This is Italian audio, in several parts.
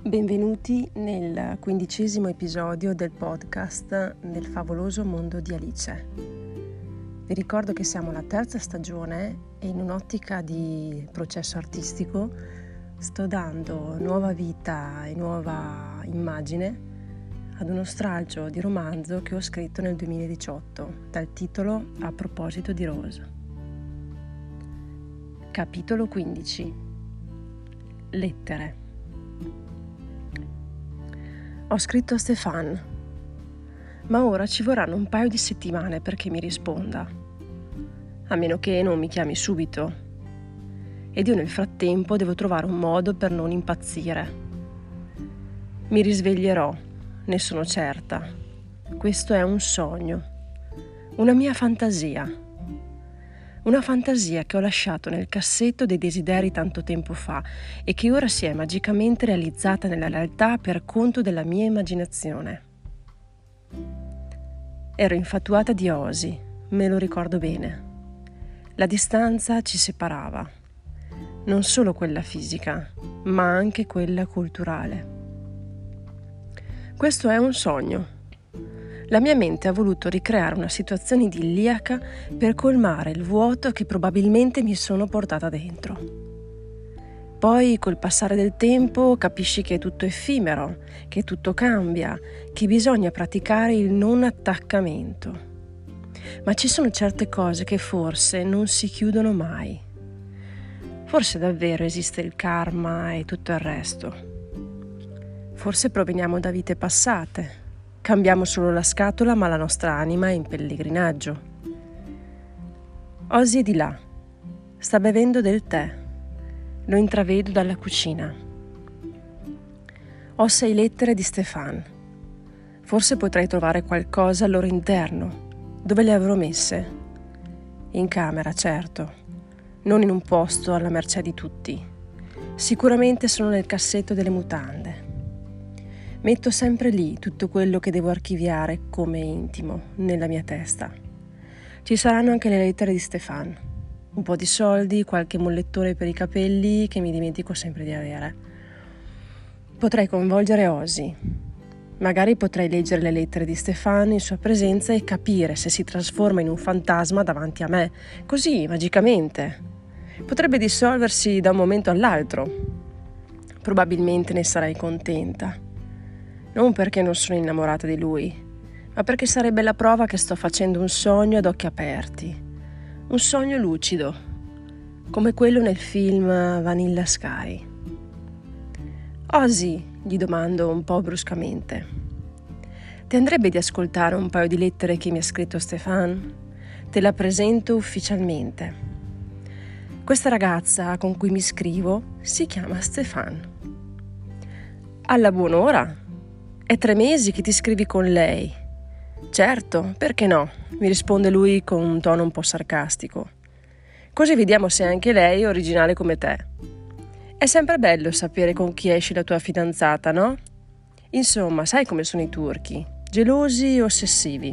Benvenuti nel 15° episodio del podcast Nel favoloso mondo di Alice. Vi ricordo che siamo alla 3ª stagione e in un'ottica di processo artistico sto dando nuova vita e nuova immagine ad uno stralcio di romanzo che ho scritto nel 2018 dal titolo A proposito di Rose. Capitolo 15. Lettere. Ho scritto a Stéphane, ma ora ci vorranno un paio di settimane perché mi risponda, a meno che non mi chiami subito. Ed io nel frattempo devo trovare un modo per non impazzire. Mi risveglierò, ne sono certa. Questo è un sogno, una mia fantasia. Una fantasia che ho lasciato nel cassetto dei desideri tanto tempo fa e che ora si è magicamente realizzata nella realtà per conto della mia immaginazione. Ero infatuata di Osy, me lo ricordo bene. La distanza ci separava, non solo quella fisica, ma anche quella culturale. Questo è un sogno. La mia mente ha voluto ricreare una situazione idilliaca per colmare il vuoto che probabilmente mi sono portata dentro. Poi, col passare del tempo, capisci che è tutto effimero, che tutto cambia, che bisogna praticare il non attaccamento. Ma ci sono certe cose che forse non si chiudono mai. Forse davvero esiste il karma e tutto il resto. Forse proveniamo da vite passate. Cambiamo solo la scatola, ma la nostra anima è in pellegrinaggio. Osy è di là. Sta bevendo del tè. Lo intravedo dalla cucina. Ho 6 lettere di Stéphane. Forse potrei trovare qualcosa al loro interno. Dove le avrò messe? In camera, certo. Non in un posto alla mercé di tutti. Sicuramente sono nel cassetto delle mutande. Metto sempre lì tutto quello che devo archiviare come intimo nella mia testa. Ci saranno anche le lettere di Stéphane, un po' di soldi, qualche mollettone per i capelli che mi dimentico sempre di avere. Potrei coinvolgere Osy. Magari potrei leggere le lettere di Stéphane in sua presenza e capire se si trasforma in un fantasma davanti a me, così magicamente. Potrebbe dissolversi da un momento all'altro. Probabilmente ne sarei contenta. Non perché non sono innamorata di lui, ma perché sarebbe la prova che sto facendo un sogno ad occhi aperti. Un sogno lucido, come quello nel film Vanilla Sky. Osy, gli domando un po' bruscamente, ti andrebbe di ascoltare un paio di lettere che mi ha scritto Stéphane? Te la presento ufficialmente. Questa ragazza con cui mi scrivo si chiama Stéphane. Alla buon'ora! È 3 mesi che ti scrivi con lei. Certo, perché no? Mi risponde lui con un tono un po' sarcastico. Così vediamo se anche lei è originale come te. È sempre bello sapere con chi esci la tua fidanzata, no? Insomma, sai come sono i turchi, gelosi e ossessivi.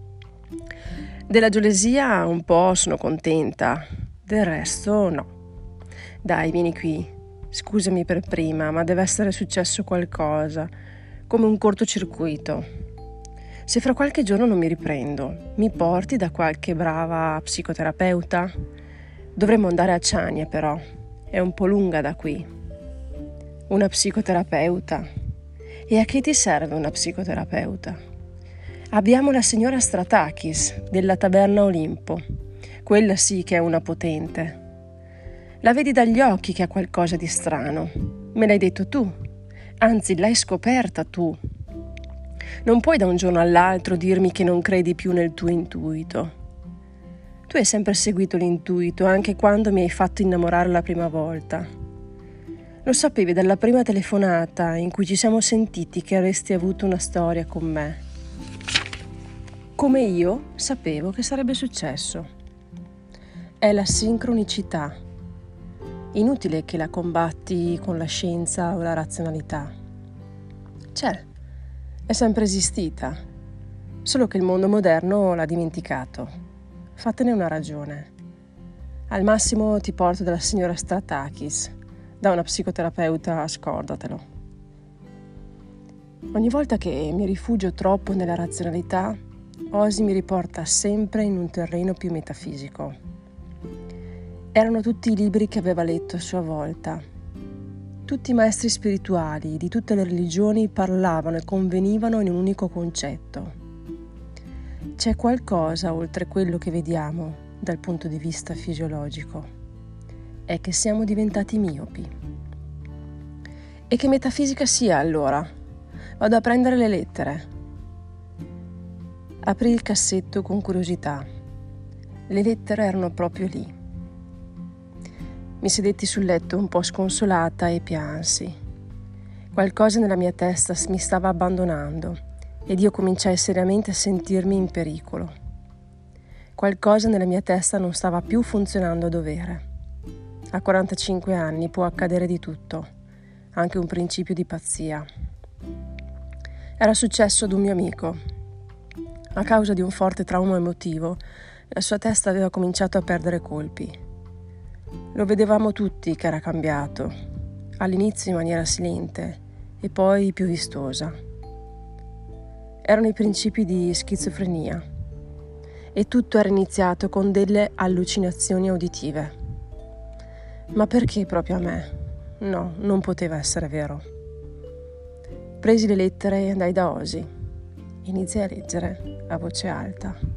Della gelosia un po' sono contenta, del resto no. Dai, vieni qui. Scusami per prima, ma deve essere successo qualcosa. Come un cortocircuito. Se fra qualche giorno non mi riprendo, mi porti da qualche brava psicoterapeuta? Dovremmo andare a Chania però, è un po' lunga da qui. Una psicoterapeuta? E a che ti serve una psicoterapeuta? Abbiamo la signora Stratakis della taverna Olimpo, quella sì che è una potente. La vedi dagli occhi che ha qualcosa di strano, me l'hai detto tu. Anzi, l'hai scoperta tu. Non puoi da un giorno all'altro dirmi che non credi più nel tuo intuito. Tu hai sempre seguito l'intuito, anche quando mi hai fatto innamorare la prima volta. Lo sapevi dalla prima telefonata in cui ci siamo sentiti che avresti avuto una storia con me. Come io sapevo che sarebbe successo. È la sincronicità. Inutile che la combatti con la scienza o la razionalità. C'è, è sempre esistita, solo che il mondo moderno l'ha dimenticato. Fatene una ragione. Al massimo ti porto dalla signora Stratakis, da una psicoterapeuta, scordatelo. Ogni volta che mi rifugio troppo nella razionalità, Osi mi riporta sempre in un terreno più metafisico. Erano tutti i libri che aveva letto a sua volta. Tutti i maestri spirituali di tutte le religioni parlavano e convenivano in un unico concetto. C'è qualcosa oltre quello che vediamo dal punto di vista fisiologico. È che siamo diventati miopi. E che metafisica sia allora? Vado a prendere le lettere. Aprì il cassetto con curiosità. Le lettere erano proprio lì. Mi sedetti sul letto un po' sconsolata e piansi. Qualcosa nella mia testa mi stava abbandonando ed io cominciai seriamente a sentirmi in pericolo. Qualcosa nella mia testa non stava più funzionando a dovere. A 45 anni può accadere di tutto, anche un principio di pazzia. Era successo ad un mio amico. A causa di un forte trauma emotivo, la sua testa aveva cominciato a perdere colpi. Lo vedevamo tutti che era cambiato, all'inizio in maniera silente e poi più vistosa. Erano i principi di schizofrenia e tutto era iniziato con delle allucinazioni uditive. Ma perché proprio a me? No, non poteva essere vero. Presi le lettere e andai da Osi. Iniziai a leggere a voce alta.